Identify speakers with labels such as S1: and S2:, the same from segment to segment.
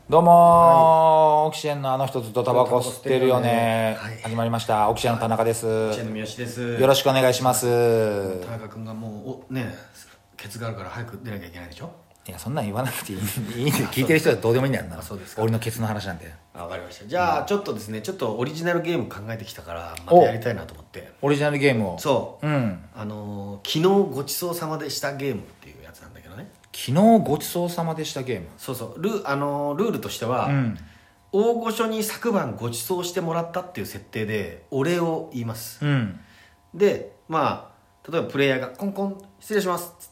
S1: どうもオキシエンのあの人ずっとタバコ吸ってるよね、
S2: はい、
S1: 始まりましたオキシエンの田中です。
S2: オキシエンの三好です。
S1: よろしくお願いします。
S2: 田中君がもうねケツがあるから早く出なきゃいけないでしょ。
S1: いやそんなん言わなくていい聞いてる人はどうでもいいんだよな。
S2: そうですか。
S1: 俺のケツの話なんて。
S2: わかりました。じゃあちょっとですね、ちょっとオリジナルゲーム考えてきたからまたやりたいなと思って。
S1: オリジナルゲームを。
S2: そう、昨日ごちそうさまでしたゲームっていうやつなんだけどね。
S1: 昨日ごちそうさまでしたゲーム。
S2: そうルールとしては、大御所に昨晩ごちそうしてもらったっていう設定でお礼を言います、でまあ例えばプレイヤーがコンコン失礼しますっつって、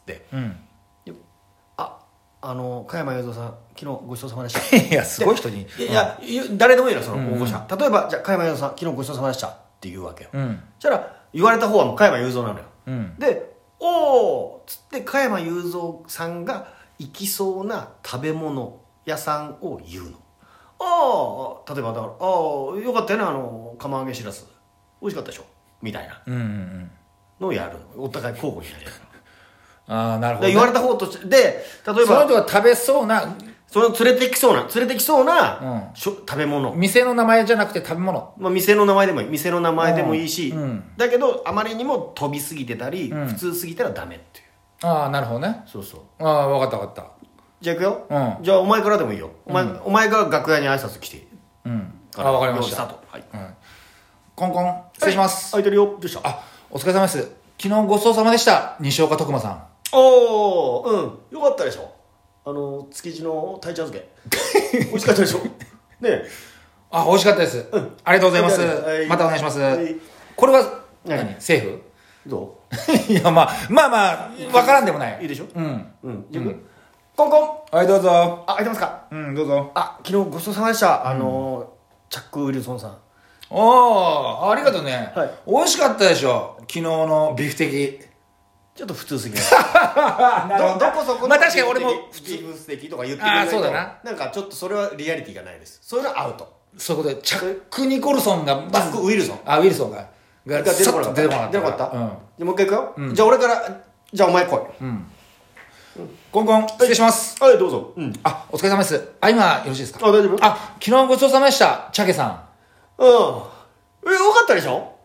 S2: 加山雄三さん昨日ごちそうさまでした
S1: いやすごい人に
S2: いや、誰でもいいのその大御所、例えばじゃあ加山雄三さん昨日ごちそうさまでしたって言うわけよ、そしたら言われた方はもう加山雄三なのよ、でおーっつって加山雄三さんが行きそうな食べ物屋さんを言うの。例えばだからよかったよね釜揚げしらす美味しかったでしょみたいなのをやるの。お互い交互にやる
S1: なるほど、ね、
S2: 言われた方としてで例えば
S1: その人が食べそうな
S2: その連れてきそうな、食べ物、
S1: 店の名前じゃなくて食べ物、
S2: 店の名前でもいい、店の名前でもいいし、だけどあまりにも飛びすぎてたり、普通すぎたらダメっていう。
S1: なるほどね。
S2: そうそう。
S1: 分かった分かった。
S2: じゃあ行くよ、じゃあお前からでもいいよ。お前が楽屋に挨拶来て。
S1: 分かりました。
S2: はい、
S1: コンコン失礼します。
S2: 開いてるよ。どうした？
S1: お疲れ様です。昨日ごちそうさまでした。西岡徳馬さん。
S2: よかったでしょ。築地の鯛茶漬け美味しかったでしょ。ねえ、
S1: 美味しかったです、ありがとうございます、またお願いします、これは何セーフ
S2: ど
S1: ういやまあ分からんでもない。
S2: いいでしょ。じゃあコンコン。
S1: はいどうぞ。
S2: 開いてますか。
S1: どうぞ。
S2: 昨日ごちそうさまでした。チャック・ウィルソンさん。
S1: ありがとうね、美味しかったでしょ昨日のビーフ的。
S2: ちょっと普通すぎない。
S1: どこそこ確かに俺も
S2: ビーフステーキとか言ってくれないと。
S1: そうだな。
S2: なんかちょっとそれはリアリティがないです。そういうのはアウト。
S1: そういうことでチャック・ニコルソンが
S2: チャック・ウィルソン。
S1: ウィルソンが
S2: 出てこなかった。じゃあもう一回いくよ。じゃあ俺からじゃあお前来い。
S1: コンコン失礼します。
S2: はいどうぞ。
S1: お疲れ様です。今よろしいですか。
S2: 大丈夫。
S1: 昨日ごちそうさまでした。チャゲさん。
S2: よかったでしょ。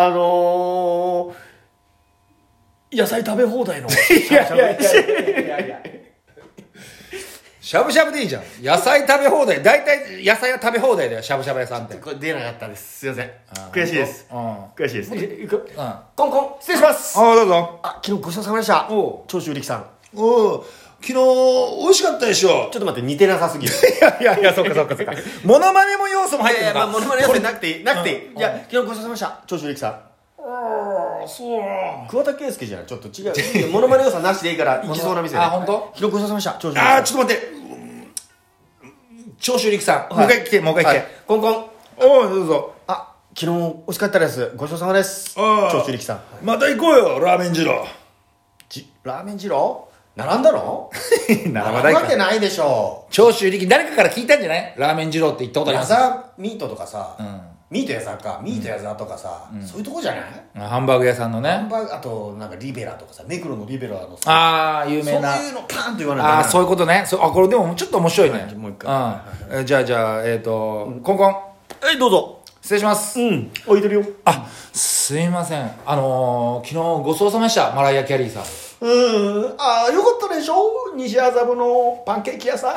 S2: 野菜食べ放題の。いや
S1: しゃぶしゃぶでいいじゃん。野菜食べ放題。大体野菜は食べ放題だよ、しゃぶしゃぶ屋さんって。
S2: これ出なかったです。すいません。悔しいです。悔しいです。行く。コンコン失礼します。
S1: どうぞ。
S2: 昨日ごちそうさまでした。長州力さん。
S1: 昨日美味しかったでしょ。
S2: ちょっと待って、似てなさすぎる。
S1: いやそっかモノマネも要素も入ってるか。
S2: モノマネ要素なくていい。じゃあ昨日ごちそうさまでした長州力さん。
S1: そう
S2: 桑田佳祐じゃない。ちょっと違う。モノマネ要素なしでいいから行きそうな店で。
S1: 本当？
S2: 昨日ごちそうさまでした長州力さん。
S1: ちょっと待って。長州力さん。もう一回来て。
S2: コンコン。
S1: どうぞ。
S2: 昨日美味しかったです。ごちそうさまです。長州力さん。
S1: また行こうよ、ラーメン二郎。
S2: ラーメン二郎並んだの？並ぶわけないでしょ。
S1: 長州力、誰かから聞いたんじゃない？ラーメン二郎って言ったことあります。
S2: ヤザミートとかさ、ミート屋さんか、ミート屋さんとかさ、そういうとこじゃない？
S1: ハンバーグ屋さんのね。
S2: あとなんかリベラとかさ、目黒のリベラのさ、
S1: 有名な。
S2: そういうのパーンと言わないと。
S1: そういうことね。これでもちょっと面白いね。
S2: もう一回。
S1: じゃあコンコン。
S2: どうぞ。
S1: 失礼します。
S2: 置いてるよ。
S1: すいません。昨日ごちそうさまでした。マライア・キャリーさん。
S2: よかったでしょ。西麻布のパンケーキ屋さん。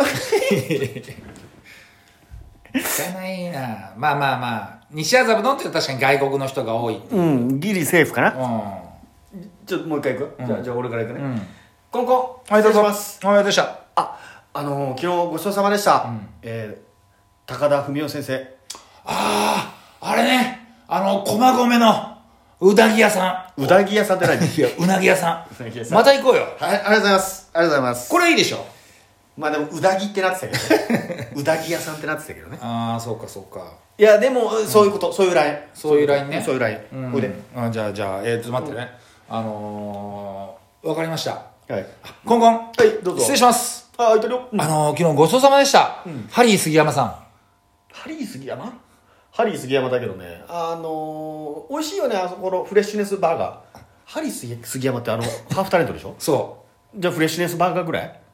S1: じゃないな。まあ西麻布のって確かに外国の人が多い。
S2: ギリセーフかな。ちょっともう一回行く。じゃあ俺から行くね。コンコン。
S1: どうぞ。どうした。
S2: 昨日ごちそうさまでした。高田文夫先生。
S1: あれね。駒込のうなぎ屋さん。
S2: うなぎ屋さんって何？
S1: いや、うなぎ屋さん。また行こうよ。
S2: はい、ありがとうございます。ありがとうございます。
S1: これいいでしょ。
S2: まあでもうなぎってなってたけどね。うなぎ屋さんってなってたけどね。
S1: そうか。
S2: いやでもそういうこと、そういうライン。
S1: そういうラインね。
S2: そういうライン。これで。
S1: じゃあ待ってね。わかりました。
S2: はい。
S1: コンコン。
S2: はい、どうぞ。
S1: 失礼します。
S2: 開いてるよ。
S1: 昨日ごちそうさまでした。ハリー杉山さん。
S2: ハリー杉山だけどね、美味しいよね、あそこのフレッシュネスバーガー。ハリー杉山ってハーフタレントでしょ。
S1: そう。
S2: じゃあフレッシュネスバーガーぐらい。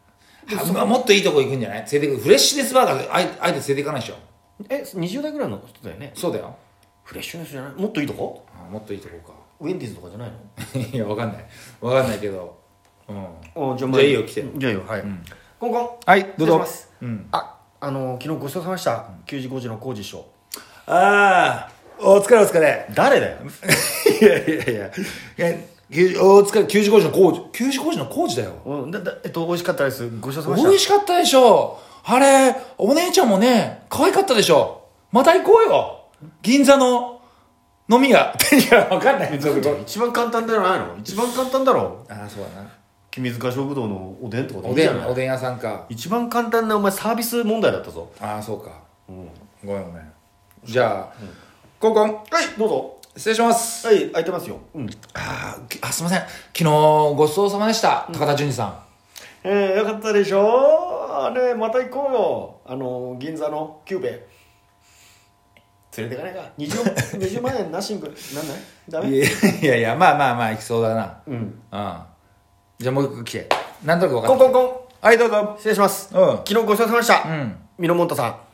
S1: もっといいとこ行くんじゃない？連れてくフレッシュネスバーガーであえて連れて行かないでしょ。
S2: 20代ぐらいの人だよね。
S1: そうだよ。
S2: フレッシュネスじゃない？もっといいとこ？
S1: もっといいとこか。
S2: ウェンディーズとかじゃないの？
S1: いや、わかんないけど。
S2: じゃ
S1: あいいよ、来て。
S2: じゃあいいよ、はい。コンコン。
S1: はい、どうぞ。
S2: 昨日ごちそうさまでした。9時5時の工事師匠。
S1: ああ、お疲れお疲れ。
S2: 誰だよ。
S1: いや、お疲れ、9時5時の工事。9時5時の工事だよ。
S2: 美味しかったです。ごちそうさまでした。
S1: 美味しかったでしょ。あれ、お姉ちゃんもね、可愛かったでしょ。また行こうよ。銀座の飲み屋。いや、わかんない。
S2: 一番簡単じゃないの？一番簡単だろ。
S1: ああ、そうだな。
S2: 君塚食堂のおでんとか
S1: おでん屋さんか。
S2: 一番簡単なお前サービス問題だったぞ。
S1: ああ、そうか。ごめん。じゃあ、コンコン。
S2: はい、どうぞ。
S1: 失礼します。
S2: はい、空いてますよ。
S1: すいません。昨日ごちそうさまでした。高田純次さん。
S2: よかったでしょ。ね、また行こうよ。銀座のキューベ。連れてかないか。20万円ナッシングなんない？ダメ？
S1: いや、まあ行きそうだな。じゃあもう一個来て。なんとなく分かった。
S2: コンコン。
S1: はい、どうぞ。
S2: 失礼します。昨日ごちそうさまでした。ミノモンタさん。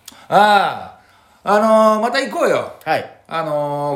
S1: また行こうよ。
S2: はい。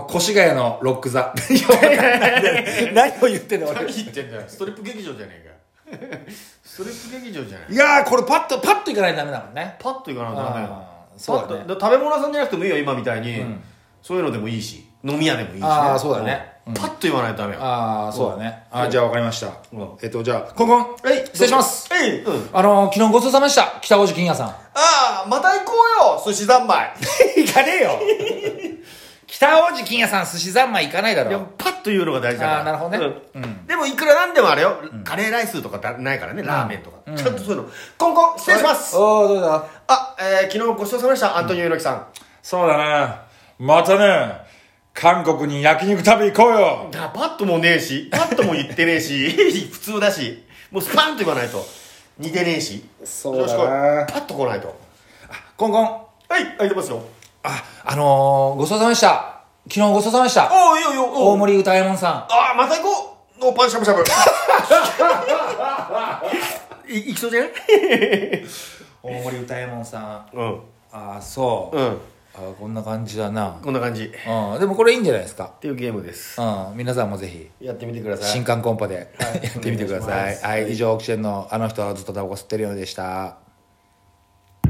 S1: 越谷のロック座。何を言ってんの俺。
S2: 何言ってんだよ。ストリップ劇場じゃねえか。ストリップ劇場じゃない。
S1: いやー、これパッと行かないとダメだもんね。
S2: パッと行かないとダメよ。
S1: そうだね。
S2: 食べ物屋さんじゃなくてもいいよ、今みたいに。そういうのでもいいし、飲み屋でもいいしね。
S1: ああ、そうだね。
S2: パッと言わないとダメよ。
S1: ああ、そうだね。じゃあ分かりました。じゃあ、コンコン。失礼します。
S2: 昨日
S1: ごちそうさまでした。北大路金屋さん。
S2: また行こうよ、寿司三昧。
S1: 行かねえよ。北大路金屋さん寿司三昧行かないだろ。
S2: いや、パッと言うのが大事だから。
S1: なるほどね。
S2: でもいくらなんでもあれよ。カレーライスとかないからね、ラーメンとか。ちょっとそういうの。コンコン、失礼します。
S1: おー、どうだ。
S2: 昨日ごちそうさまでした、アントニオ猪木さん。
S1: そうだね。またね、韓国に焼肉食べ行こうよ。
S2: パッともねえし、パッとも言ってねえし、普通だし、もうスパンと言わないと似てねえし。
S1: そうだな。
S2: パッと来ないと。
S1: コンコン。
S2: はい、空いてますよ。
S1: ごちそうさまでした。昨日ごちそうさまでした。
S2: いいよ。
S1: 大森歌右衛門さ
S2: ん。また行こう。ノーパンしゃぶしゃぶ。行きそうじゃない？
S1: 大森歌右衛門さん。そう。こんな感じだな。
S2: こんな感じ。
S1: でもこれいいんじゃないですか。
S2: っていうゲームです。
S1: 皆さんもぜひ
S2: やってみてください。
S1: 新刊コンパでやってみてください。はい、以上オキシエンのあの人はずっとタバコ吸ってるようでした。